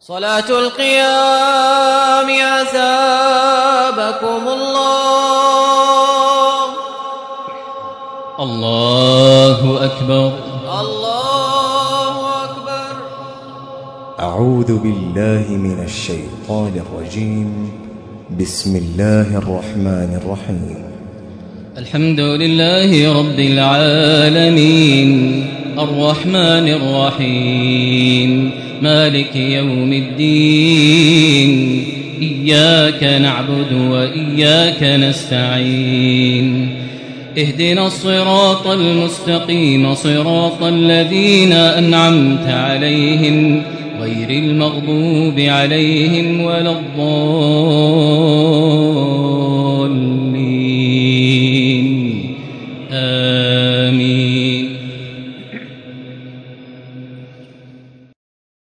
صلاة القيام أثابكم الله. الله أكبر الله أكبر. أعوذ بالله من الشيطان الرجيم. بسم الله الرحمن الرحيم. الحمد لله رب العالمين الرحمن الرحيم مالك يوم الدين إياك نعبد وإياك نستعين اهدنا الصراط المستقيم صراط الذين أنعمت عليهم غير المغضوب عليهم ولا الضالين.